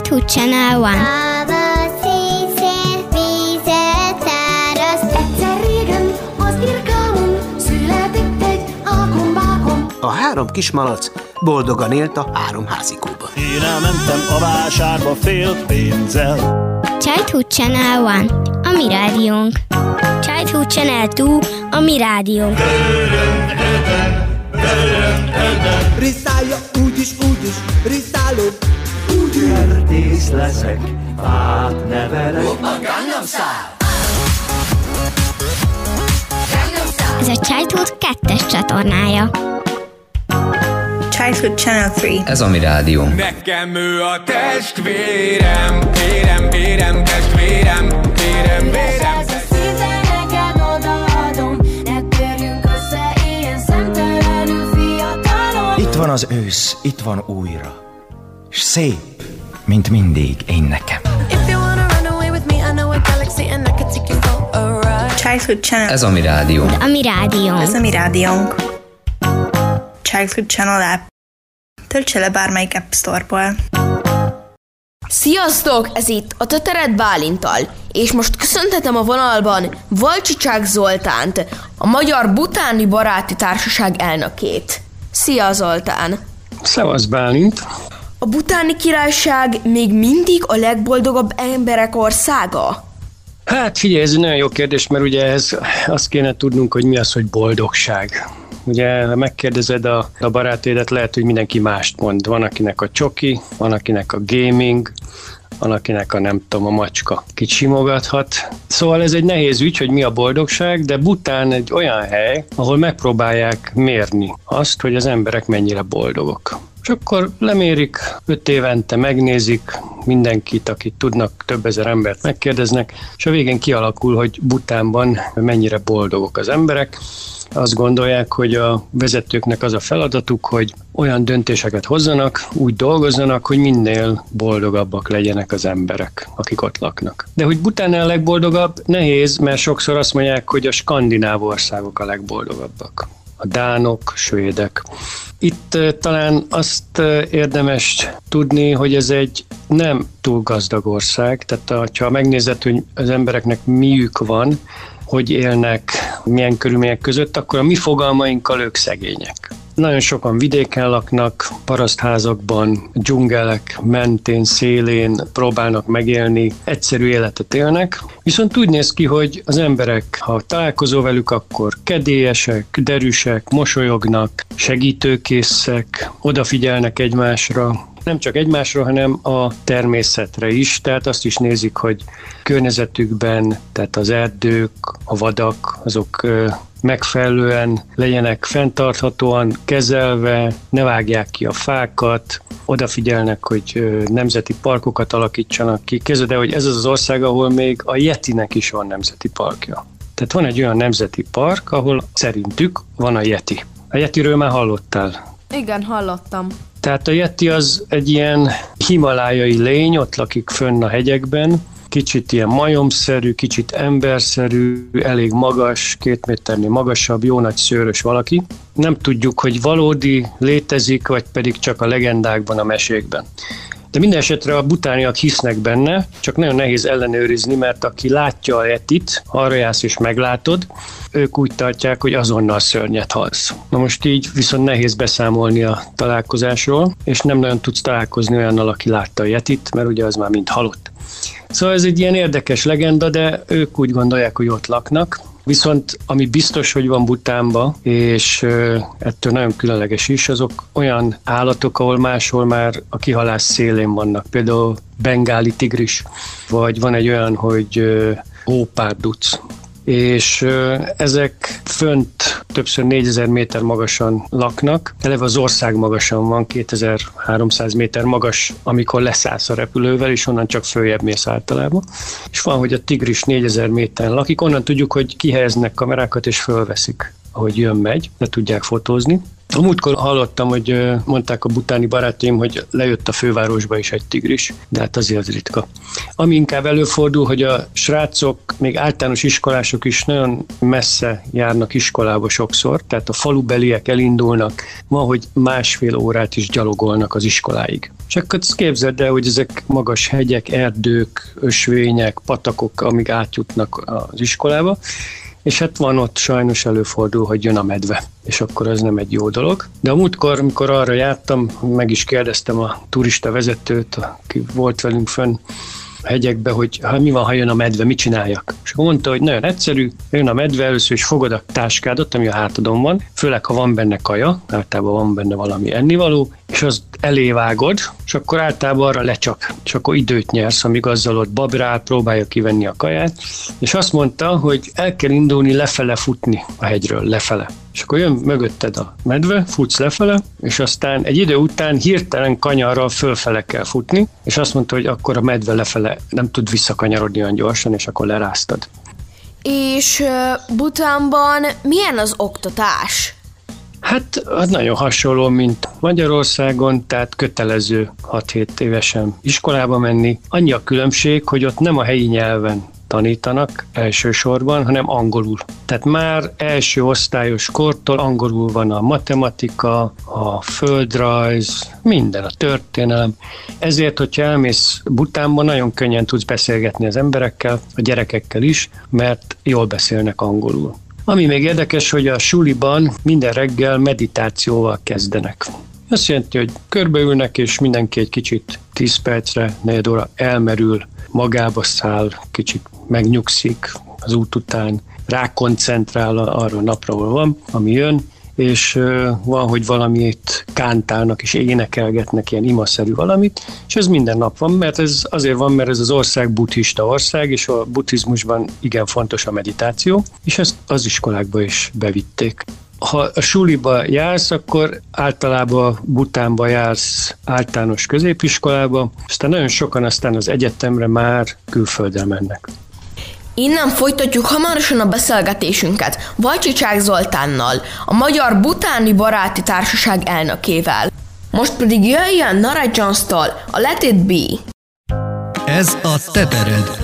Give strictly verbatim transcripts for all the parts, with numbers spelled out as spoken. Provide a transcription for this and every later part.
Childhood Channel One. Távol színszél, vízet száraz. Egyszer régen az irgalom született egy ákombákom. A három kismalac boldogan élt a három házikóban. Én elmentem a vásárba fél pénzzel. Childhood Channel One, a mi rádiónk. Childhood Channel Two, a mi rádiónk. Riszálja úgyis, úgyis, riszáló, úgyis. Kertész leszek, fát nevelek. Ez a Childhood kettes csatornája. Childhood Channel Three. Ez a mi rádió. Nekem ő a testvérem, vérem, vérem, testvérem, vérem, vérem. Ez a szinte neked odaadom, ne törjünk össze ilyen szemtelenül fiatalon. Itt van az ősz, itt van újra, s szép, mint mindig én nekem. Childhood Channel. Ez a mi rádió. A mi rádiónk. Ez a mi rádiónk. Childhood Channel app. Töltse le bármelyik App Store-ból. Sziasztok! Ez itt a Töteret Bálinttal, és most köszöntetem a vonalban Valcsicsák Zoltánt, a Magyar Butáni Baráti Társaság elnökét. Szia Zoltán! Szevasz Bálint! A Butáni Királyság még mindig a legboldogabb emberek országa? Hát figyelj, ez egy nagyon jó kérdés, mert ugye ez azt kéne tudnunk, hogy mi az, hogy boldogság. Ugye, ha megkérdezed a, a barátédet, lehet, hogy mindenki mást mond. Van, akinek a csoki, van, akinek a gaming, van, akinek a nem tudom, a macska kicsi-simogathat. Szóval ez egy nehéz ügy, hogy mi a boldogság, de Bután egy olyan hely, ahol megpróbálják mérni azt, hogy az emberek mennyire boldogok. És akkor lemérik, öt évente megnézik mindenkit, akit tudnak, több ezer embert megkérdeznek, és a végén kialakul, hogy Butánban mennyire boldogok az emberek. Azt gondolják, hogy a vezetőknek az a feladatuk, hogy olyan döntéseket hozzanak, úgy dolgozzanak, hogy minél boldogabbak legyenek az emberek, akik ott laknak. De hogy Bután a legboldogabb, nehéz, mert sokszor azt mondják, hogy a skandináv országok a legboldogabbak. A dánok, svédek. Itt uh, talán azt uh, érdemes tudni, hogy ez egy nem túl gazdag ország, tehát ha megnézed, hogy az embereknek miük van, hogy élnek, milyen körülmények között, akkor a mi fogalmainkkal ők szegények. Nagyon sokan vidéken laknak, parasztházakban, dzsungelek mentén, szélén próbálnak megélni, egyszerű életet élnek. Viszont úgy néz ki, hogy az emberek, ha találkozol velük, akkor kedélyesek, derűsek, mosolyognak, segítőkészek, odafigyelnek egymásra. Nem csak egymásra, hanem a természetre is, tehát azt is nézik, hogy környezetükben, tehát az erdők, a vadak, azok megfelelően legyenek fenntarthatóan kezelve, ne vágják ki a fákat, odafigyelnek, hogy nemzeti parkokat alakítsanak ki. Képzeld el, hogy ez az az ország, ahol még a Yetinek is van nemzeti parkja. Tehát van egy olyan nemzeti park, ahol szerintük van a Yeti. A Yetiről már hallottál? Igen, hallottam. Tehát a Yeti az egy ilyen himalájai lény, ott lakik fönn a hegyekben, kicsit ilyen majomszerű, kicsit emberszerű, elég magas, két méternél magasabb, jó nagy szőrös valaki. Nem tudjuk, hogy valódi létezik, vagy pedig csak a legendákban, a mesékben. De minden esetre a butániak hisznek benne, csak nagyon nehéz ellenőrizni, mert aki látja a Yetit, arra jársz és meglátod, ők úgy tartják, hogy azonnal szörnyet halsz. Na most így viszont nehéz beszámolni a találkozásról, és nem nagyon tudsz találkozni olyannal, aki látta a Yetit, mert ugye az már mind halott. Szóval ez egy ilyen érdekes legenda, de ők úgy gondolják, hogy ott laknak. Viszont ami biztos, hogy van Butánban, és ettől nagyon különleges is, azok olyan állatok, ahol máshol már a kihalás szélén vannak. Például bengáli tigris, vagy van egy olyan, hogy hópárduc. És ezek fönt többször négyezer méter magasan laknak. Eleve az ország magasan van, kétezer-háromszáz méter magas, amikor leszállsz a repülővel, és onnan csak följebb mész általában. És van, hogy a tigris négyezer méteren lakik, onnan tudjuk, hogy kihelyeznek kamerákat és fölveszik. ahogy jön-megy, le tudják fotózni. A múltkor hallottam, hogy mondták a butáni barátaim, hogy lejött a fővárosba is egy tigris, de hát azért az ritka. Ami inkább előfordul, hogy a srácok, még általános iskolások is nagyon messze járnak iskolába sokszor, tehát a falubeliek elindulnak, van, hogy másfél órát is gyalogolnak az iskoláig. És akkor képzeld el, hogy ezek magas hegyek, erdők, ösvények, patakok, amíg átjutnak az iskolába, és hát van ott sajnos előfordul, hogy jön a medve, és akkor az nem egy jó dolog. De a múltkor, amikor arra jártam, meg is kérdeztem a turista vezetőt, aki volt velünk fönn a hegyekbe, hogy ha mi van, ha jön a medve, mit csináljak? És akkor mondta, hogy nagyon egyszerű, jön a medve, először is fogod a táskádat, ami a hátadon van, főleg ha van benne kaja, általában van benne valami ennivaló, és azt elévágod, és akkor általában arra lecsap, és akkor időt nyersz, amíg azzal ott babrál, próbálja kivenni a kaját, és azt mondta, hogy el kell indulni lefele futni a hegyről, lefele. És akkor jön mögötted a medve, futsz lefele, és aztán egy idő után hirtelen kanyarral fölfele kell futni, és azt mondta, hogy akkor a medve lefele nem tud visszakanyarodni olyan gyorsan, és akkor leráztad. És uh, Bhutánban milyen az oktatás? Hát az nagyon hasonló, mint Magyarországon, tehát kötelező hat-hét évesen iskolába menni. Annyi a különbség, hogy ott nem a helyi nyelven tanítanak elsősorban, hanem angolul. Tehát már első osztályos kortól angolul van a matematika, a földrajz, minden, a történelem. Ezért, hogyha elmész Bhutánba, nagyon könnyen tudsz beszélgetni az emberekkel, a gyerekekkel is, mert jól beszélnek angolul. Ami még érdekes, hogy a suliban minden reggel meditációval kezdenek. Azt jelenti, hogy körbeülnek, és mindenki egy kicsit tíz percre, negyed óra elmerül, magába száll, kicsit megnyugszik az út után, rákoncentrál arra a napra, ahol van, ami jön, és van, hogy valamit kántálnak és énekelgetnek, ilyen imaszerű valamit, és ez minden nap van, mert ez azért van, mert ez az ország buddhista ország, és a buddhizmusban igen fontos a meditáció, és ezt az iskolákba is bevitték. Ha a suliba jársz, akkor általában Bhutánba jársz általános középiskolába, aztán nagyon sokan aztán az egyetemre már külföldre mennek. Innen folytatjuk hamarosan a beszélgetésünket Vajcsicsák Zoltánnal, a Magyar Bhutáni Baráti Társaság elnökével. Most pedig jöjjön Norah Jones-tól a Let It Be. Ez a Tetered.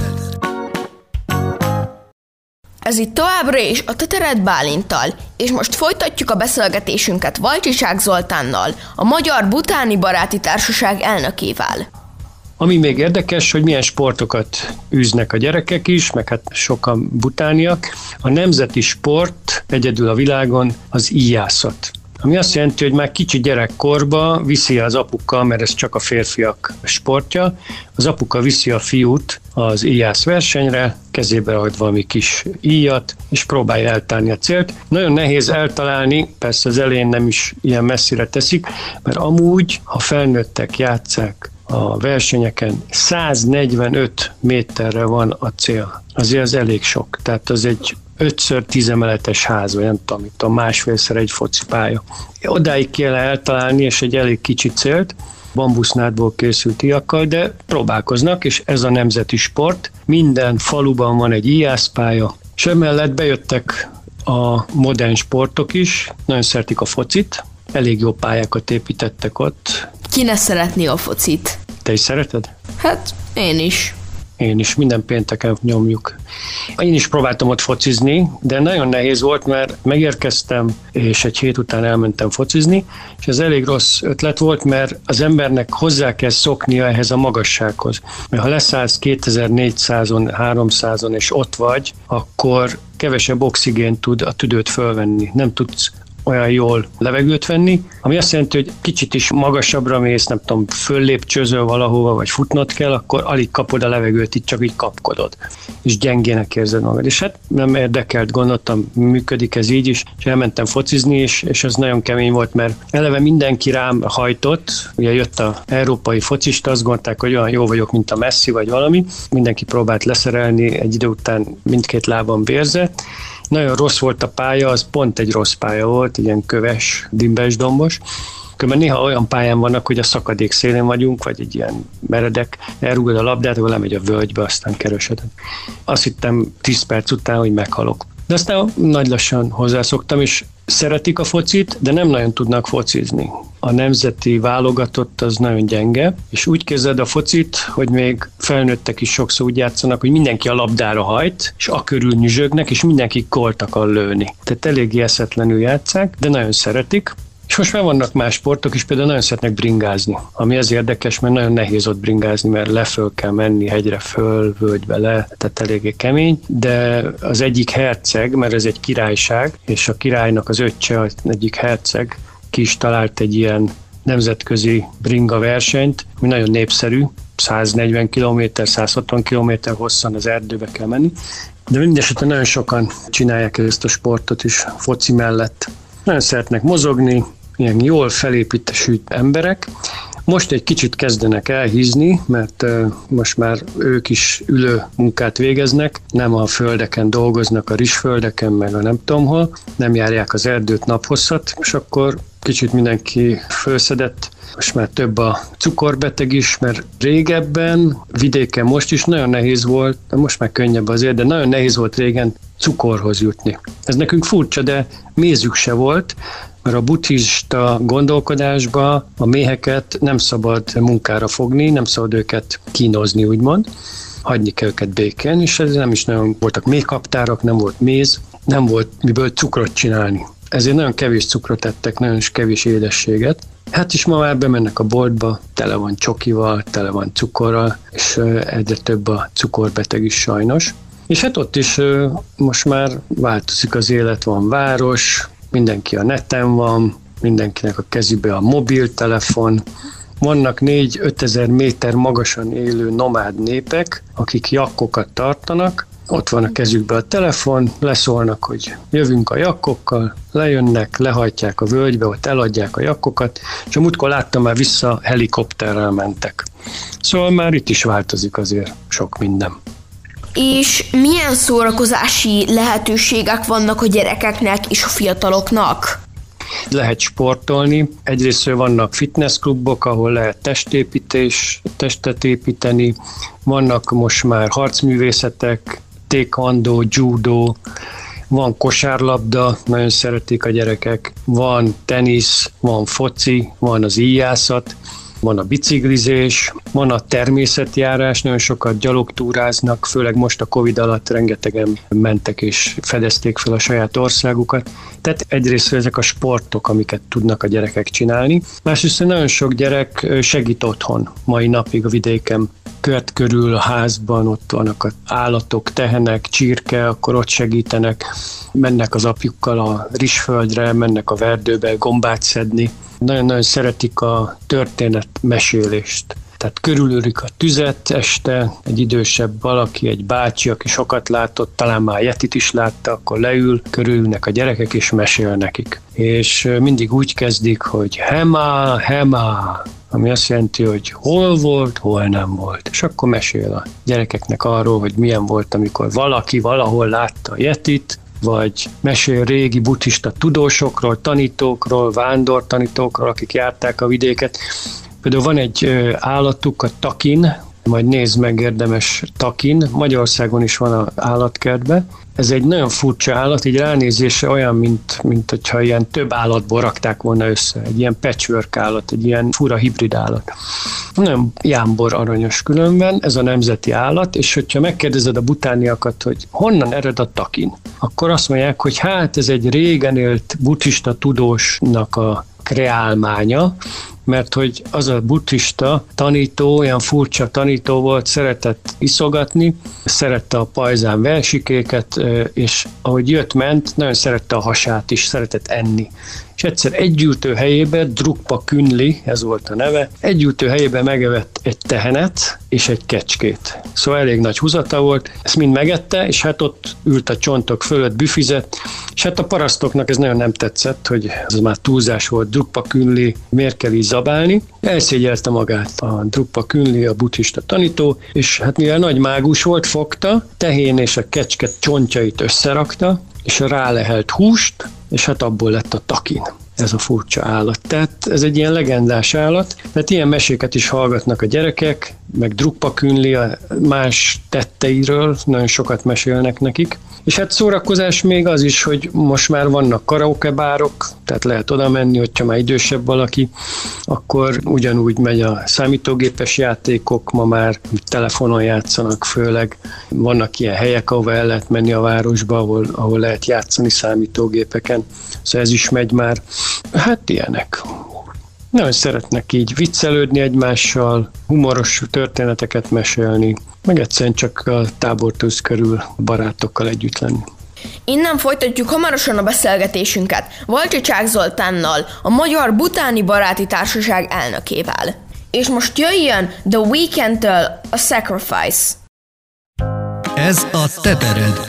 Ez itt továbbra is a Tetered Bálinttal, és most folytatjuk a beszélgetésünket Vajcsicsák Zoltánnal, a Magyar Bhutáni Baráti Társaság elnökével. Ami még érdekes, hogy milyen sportokat űznek a gyerekek is, meg hát sokan butániak. A nemzeti sport egyedül a világon az íjászat. Ami azt jelenti, hogy már kicsi gyerekkorba viszi az apuka, mert ez csak a férfiak sportja, az apuka viszi a fiút az íjász versenyre, kezébe ragad valami kis íjat, és próbálja eltalálni a célt. Nagyon nehéz eltalálni, persze az elején nem is ilyen messzire teszik, mert amúgy, ha felnőttek játsszák a versenyeken, száznegyvenöt méterre van a cél. Azért az elég sok, tehát az egy ötször tíz emeletes ház, vagy nem tudom, itt a másfélszer egy focipálya. Odáig kell eltalálni, és egy elég kicsi célt, bambusznádból készült íjakkal, de próbálkoznak, és ez a nemzeti sport. Minden faluban van egy íjászpálya, és emellett bejöttek a modern sportok is, nagyon szeretik a focit, elég jó pályákat építettek ott. Ki ne szeretné a focit? Te is szereted? Hát, én is. Én is, minden pénteken nyomjuk. Én is próbáltam ott focizni, de nagyon nehéz volt, mert megérkeztem, és egy hét után elmentem focizni, és ez elég rossz ötlet volt, mert az embernek hozzá kell szoknia ehhez a magassághoz. Mert ha leszállsz kétezer-négyszázon, háromszázon, és ott vagy, akkor kevesebb oxigént tud a tüdőt fölvenni. Nem tudsz olyan jól levegőt venni, ami azt jelenti, hogy kicsit is magasabbra mész, nem tudom, föllépcsőzöl valahova, vagy futnod kell, akkor alig kapod a levegőt, itt csak így kapkodod, és gyengének érzed magad. És hát nem érdekelt, gondoltam, működik ez így is, és elmentem focizni, és, és ez nagyon kemény volt, mert eleve mindenki rám hajtott, ugye jött az európai focista, azt gondolták, hogy olyan jó vagyok, mint a Messi, vagy valami, mindenki próbált leszerelni, egy idő után mindkét lábam vérzett. Nagyon rossz volt a pálya, az pont egy rossz pálya volt, ilyen köves, dimbes, dombos. Különben néha olyan pályán vannak, hogy a szakadék szélén vagyunk, vagy egy ilyen meredek, elrúgod a labdát, akkor lemegy a völgybe, aztán keresed. Azt hittem tíz perc után, hogy meghalok. De aztán nagy lassan hozzászoktam, és szeretik a focit, de nem nagyon tudnak focizni. A nemzeti válogatott az nagyon gyenge, és úgy képzeld a focit, hogy még felnőttek is sokszor úgy játszanak, hogy mindenki a labdára hajt, és a körül nyüzsögnek, és mindenki gólt akar lőni. Tehát eléggé eszetlenül játsszák, de nagyon szeretik. És most már vannak más sportok is, például nagyon szeretnek bringázni, ami az érdekes, mert nagyon nehéz ott bringázni, mert leföl kell menni, hegyre föl, völgybe le, tehát eléggé kemény, de az egyik herceg, mert ez egy királyság, és a királynak az öccse, az egyik herceg ki is talált egy ilyen nemzetközi bringa versenyt, ami nagyon népszerű, száznegyven kilométer, százhatvan kilométer hosszan az erdőbe kell menni, de mindesetre nagyon sokan csinálják ezt a sportot is foci mellett. Nagyon szeretnek mozogni, ilyen jól felépítesült emberek. Most egy kicsit kezdenek elhízni, mert most már ők is ülő munkát végeznek, nem a földeken dolgoznak, a rizsföldeken, meg a nem tudom hol, nem járják az erdőt naphosszat, és akkor kicsit mindenki fölszedett. Most már több a cukorbeteg is, mert régebben, vidéken most is nagyon nehéz volt, de most már könnyebb azért, de nagyon nehéz volt régen cukorhoz jutni. Ez nekünk furcsa, de mézük se volt, mert a buddhista gondolkodásban a méheket nem szabad munkára fogni, nem szabad őket kínozni, úgymond. Hagyni kell őket békén, és ez nem is nagyon voltak méhkaptárak, nem volt méz, nem volt miből cukrot csinálni. Ezért nagyon kevés cukrot ettek, nagyon kevés édességet. Hát is ma már bemennek a boltba, tele van csokival, tele van cukorral, és egyre több a cukorbeteg is sajnos. És hát ott is most már változik az élet, van város, mindenki a neten van, mindenkinek a kezébe a mobiltelefon. Vannak négy-ötezer méter magasan élő nomád népek, akik jakkokat tartanak, ott van a kezükbe a telefon, leszólnak, hogy jövünk a jakkokkal, lejönnek, lehajtják a völgybe, ott eladják a jakkokat, és a múltkor láttam, már vissza helikopterrel mentek. Szóval már itt is változik azért sok minden. És milyen szórakozási lehetőségek vannak a gyerekeknek és a fiataloknak? Lehet sportolni. Egyrészt vannak fitnessklubok, ahol lehet testépítés, testet építeni. Vannak most már harcművészetek, taekwondo, judo, van kosárlabda, nagyon szeretik a gyerekek, van tenisz, van foci, van az íjászat, van a biciklizés, van a természetjárás, nagyon sokat gyalogtúráznak, főleg most a Covid alatt rengetegen mentek és fedezték fel a saját országukat. Tehát egyrészt ezek a sportok, amiket tudnak a gyerekek csinálni. Másrészt nagyon sok gyerek segít otthon, mai napig a vidéken. Kört körül a házban, ott vannak az állatok, tehenek, csirke, akkor ott segítenek. Mennek az apjukkal a rizsföldre, mennek a verdőbe gombát szedni. Nagyon-nagyon szeretik a történetmesélést. Tehát körülülik a tüzet este, egy idősebb valaki, egy bácsi, aki sokat látott, talán már Yetit is látta, akkor leül, körülülnek a gyerekek és mesél nekik. És mindig úgy kezdik, hogy hema, hema, ami azt jelenti, hogy hol volt, hol nem volt. És akkor mesél a gyerekeknek arról, hogy milyen volt, amikor valaki valahol látta a Yetit, vagy mesél régi buddhista tudósokról, tanítókról, vándortanítókról, akik járták a vidéket. Például van egy állatuk, a takin, majd nézd meg, érdemes takin, Magyarországon is van az állatkertben. Ez egy nagyon furcsa állat, így ránézésre olyan, mint, mint hogyha ilyen több állatból rakták volna össze. Egy ilyen patchwork állat, egy ilyen fura hibrid állat. Nagyon jámbor aranyos különben, ez a nemzeti állat, és hogyha megkérdezed a butániakat, hogy honnan ered a takin, akkor azt mondják, hogy hát ez egy régen élt buddhista tudósnak a kreálmánya, mert hogy az a buddhista tanító, olyan furcsa tanító volt, szeretett iszogatni, szerette a pajzán versikéket, és ahogy jött-ment, nagyon szerette a hasát is, szeretett enni. És egyszer egy ültő helyébe, Drukpa Künli, ez volt a neve, egy ültő helyébe megevett egy tehenet és egy kecskét. Szóval elég nagy húzata volt, ezt mind megette, és hát ott ült a csontok fölött, büfizett, és hát a parasztoknak ez nagyon nem tetszett, hogy ez már túlzás volt, Drukpa Künli, miért kell így zabálni. Elszégyelte magát a Drukpa Künli, a buddhista tanító, és hát mivel nagy mágus volt, fogta, tehén és a kecske csontjait összerakta, és a rálehelt húst, és hát abból lett a takin, ez a furcsa állat. Tehát ez egy ilyen legendás állat, tehát ilyen meséket is hallgatnak a gyerekek, meg Drukpa Künli a más tetteiről, nagyon sokat mesélnek nekik, És hát szórakozás még az is, hogy most már vannak karaokebárok, tehát lehet oda menni, hogyha már idősebb valaki, akkor ugyanúgy megy a számítógépes játékok, ma már telefonon játszanak főleg. Vannak ilyen helyek, ahol el lehet menni a városba, ahol, ahol lehet játszani számítógépeken. Szóval ez is megy már. Hát ilyenek. Nagyon szeretnek így viccelődni egymással, humoros történeteket mesélni, meg egyszerűen csak a tábortűz körül barátokkal együtt lenni. Innen folytatjuk hamarosan a beszélgetésünket Valcsicsák Zoltánnal, a Magyar Butáni Baráti Társaság elnökével. És most jöjjön The Weekndtől a Sacrifice. Ez a Tetered.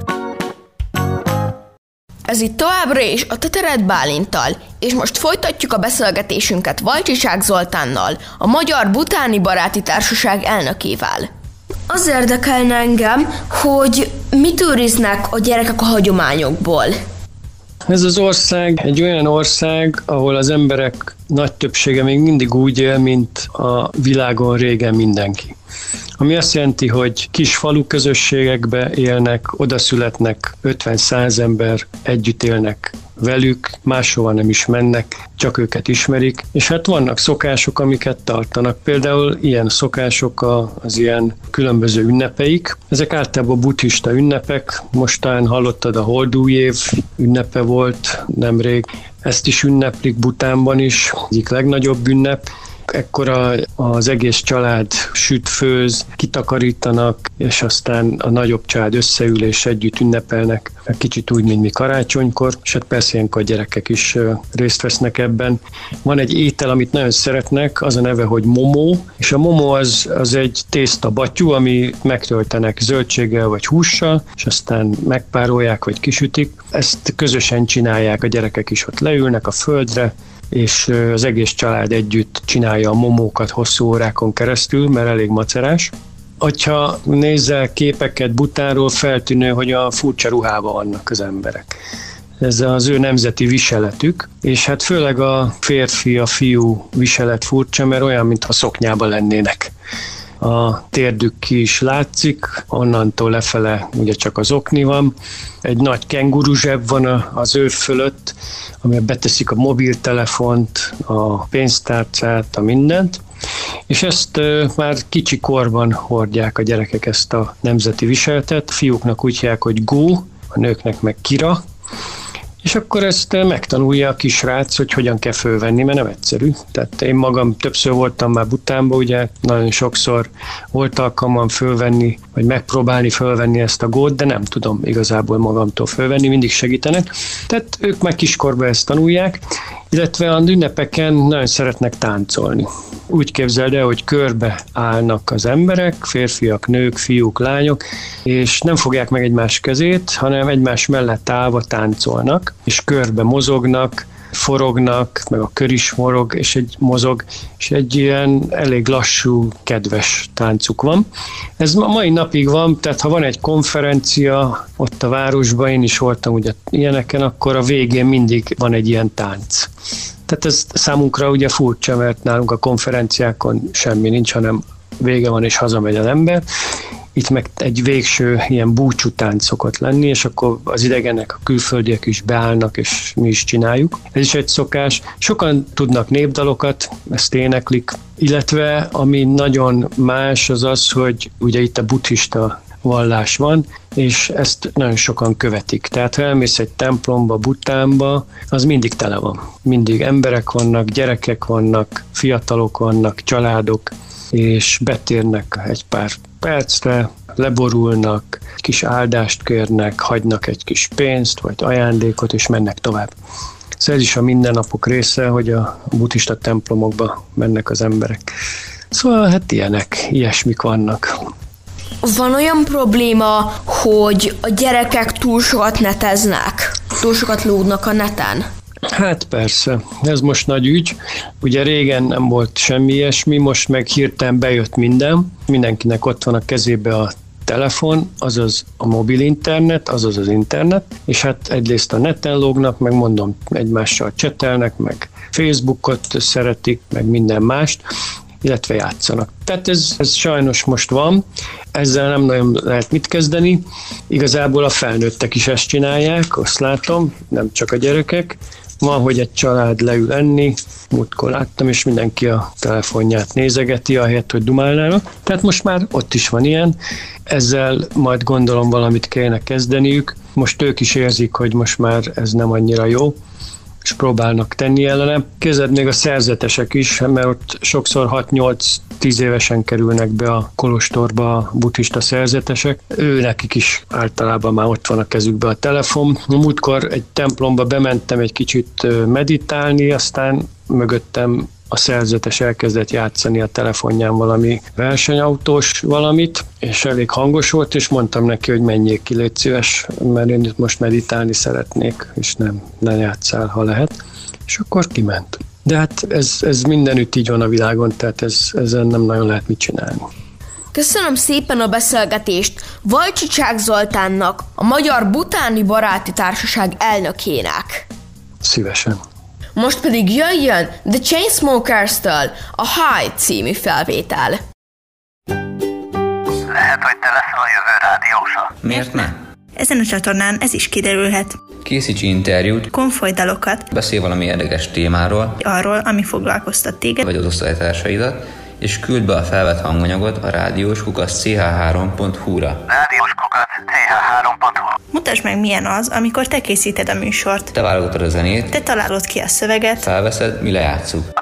Ez itt továbbra is a Tetered Bálinttal, és most folytatjuk a beszélgetésünket Valcsicsák Zoltánnal, a Magyar Butáni Baráti Társaság elnökével. Az érdekelne engem, hogy mit őriznek a gyerekek a hagyományokból. Ez az ország egy olyan ország, ahol az emberek nagy többsége még mindig úgy él, mint a világon régen mindenki. Ami azt jelenti, hogy kis falu közösségekbe élnek, oda születnek ötven-száz ember, együtt élnek velük, máshova nem is mennek, csak őket ismerik, és hát vannak szokások, amiket tartanak. Például ilyen szokások az ilyen különböző ünnepeik. Ezek általában buddhista ünnepek, mostán hallottad, a holdúj év ünnepe volt nemrég, ezt is ünneplik Bhutánban is, egyik legnagyobb ünnep. Ekkor az egész család süt, főz, kitakarítanak, és aztán a nagyobb család összeül és együtt ünnepelnek, kicsit úgy, mint mi karácsonykor, és hát persze ilyenkor a gyerekek is részt vesznek ebben. Van egy étel, amit nagyon szeretnek, az a neve, hogy momó, és a momó az, az egy tészta batyú, ami megtöltenek zöldséggel vagy hússal, és aztán megpárolják vagy kisütik. Ezt közösen csinálják, a gyerekek is ott leülnek a földre, és az egész család együtt csinálja a momókat hosszú órákon keresztül, mert elég macerás. Hogyha nézzel képeket Bhutánról, feltűnő, hogy a furcsa ruhában vannak az emberek. Ez az ő nemzeti viseletük, és hát főleg a férfi, a fiú viselet furcsa, mert olyan, mintha szoknyában lennének. A térdük ki is látszik, onnantól lefele ugye csak az okni van. Egy nagy kenguruzseb van az ő fölött, amiben beteszik a mobiltelefont, a pénztárcát, a mindent. És ezt már kicsi korban hordják a gyerekek, ezt a nemzeti viseletet. A fiúknak úgy hívják, hogy gó, a nőknek meg kira. És akkor ezt megtanulja a kisrác, hogy hogyan kell fölvenni, mert nem egyszerű. Tehát én magam többször voltam már Bhutánban, ugye nagyon sokszor volt alkalmam fölvenni, vagy megpróbálni fölvenni ezt a gót, de nem tudom igazából magamtól fölvenni, mindig segítenek. Tehát ők már kiskorban ezt tanulják, illetve a ünnepeken nagyon szeretnek táncolni. Úgy képzeld el, hogy körbe állnak az emberek, férfiak, nők, fiúk, lányok, és nem fogják meg egymás kezét, hanem egymás mellett állva táncolnak, és körbe mozognak, forognak, meg a kör is forog, és egy mozog, és egy ilyen elég lassú, kedves táncuk van. Ez a mai napig van, tehát ha van egy konferencia ott a városban, én is voltam ugye ilyeneken, akkor a végén mindig van egy ilyen tánc. Tehát ez számunkra ugye furcsa, mert nálunk a konferenciákon semmi nincs, hanem vége van és hazamegy az ember. Itt meg egy végső ilyen búcsútánc szokott lenni, és akkor az idegenek, a külföldiek is beállnak, és mi is csináljuk. Ez is egy szokás. Sokan tudnak népdalokat, ezt éneklik, illetve ami nagyon más az az, hogy ugye itt a buddhista vallás van, és ezt nagyon sokan követik. Tehát ha elmész egy templomba, Bhutánba, az mindig tele van. Mindig emberek vannak, gyerekek vannak, fiatalok vannak, családok, és betérnek egy pár percre, leborulnak, kis áldást kérnek, hagynak egy kis pénzt, vagy ajándékot, és mennek tovább. Szóval ez is a mindennapok része, hogy a buddhista templomokba mennek az emberek. Szóval hát ilyenek, ilyesmik vannak. Van olyan probléma, hogy a gyerekek túl sokat neteznek, túl sokat lógnak a neten? Hát persze, ez most nagy ügy. Ugye régen nem volt semmi ilyesmi, most meg hirtelen bejött minden. Mindenkinek ott van a kezébe a telefon, azaz a mobil internet, azaz az internet, és hát egyrészt a neten lógnak, meg mondom, egymással csetelnek, meg Facebookot szeretik, meg minden mást, illetve játszanak. Tehát ez, ez sajnos most van, ezzel nem nagyon lehet mit kezdeni. Igazából a felnőttek is ezt csinálják, azt látom, nem csak a gyerekek. Van, hogy egy család leül enni, múltkor láttam, és mindenki a telefonját nézegeti, ahelyett, hogy dumálnának. Tehát most már ott is van ilyen, ezzel majd gondolom valamit kellene kezdeniük. Most ők is érzik, hogy most már ez nem annyira jó, és próbálnak tenni ellene. Kezded még a szerzetesek is, mert ott sokszor hat-nyolc-tíz évesen kerülnek be a kolostorba a buddhista szerzetesek. Ő nekik is általában már ott van a kezükbe a telefon. Múltkor egy templomba bementem egy kicsit meditálni, aztán mögöttem a szerzetes elkezdett játszani a telefonján valami versenyautós valamit, és elég hangos volt, és mondtam neki, hogy menjék ki, légy szíves, mert én itt most meditálni szeretnék, és nem, ne játsszál, ha lehet. És akkor kiment. De hát ez, ez mindenütt így van a világon, tehát ez, ezen nem nagyon lehet mit csinálni. Köszönöm szépen a beszélgetést Vajcsicsák Zoltánnak, a Magyar Butáni Baráti Társaság elnökének. Szívesen. Most pedig jöjjön The Chainsmokers-től a High című felvétel. Lehet, hogy te leszel a jövő rádiósa. Miért ne? Ezen a csatornán ez is kiderülhet. Készíts interjút, konfoly dalokat, beszélj valami érdekes témáról, arról, ami foglalkoztat téged, vagy az osztálytársaidat, és küld be a felvett hanganyagot a rádiós kukac c h három pont hu ra. Rádiós kukac c h három pont hu. Mutasd meg, milyen az, amikor te készíted a műsort. Te válogatod a zenét, te találod ki a szöveget, felveszed, mi lejátszuk.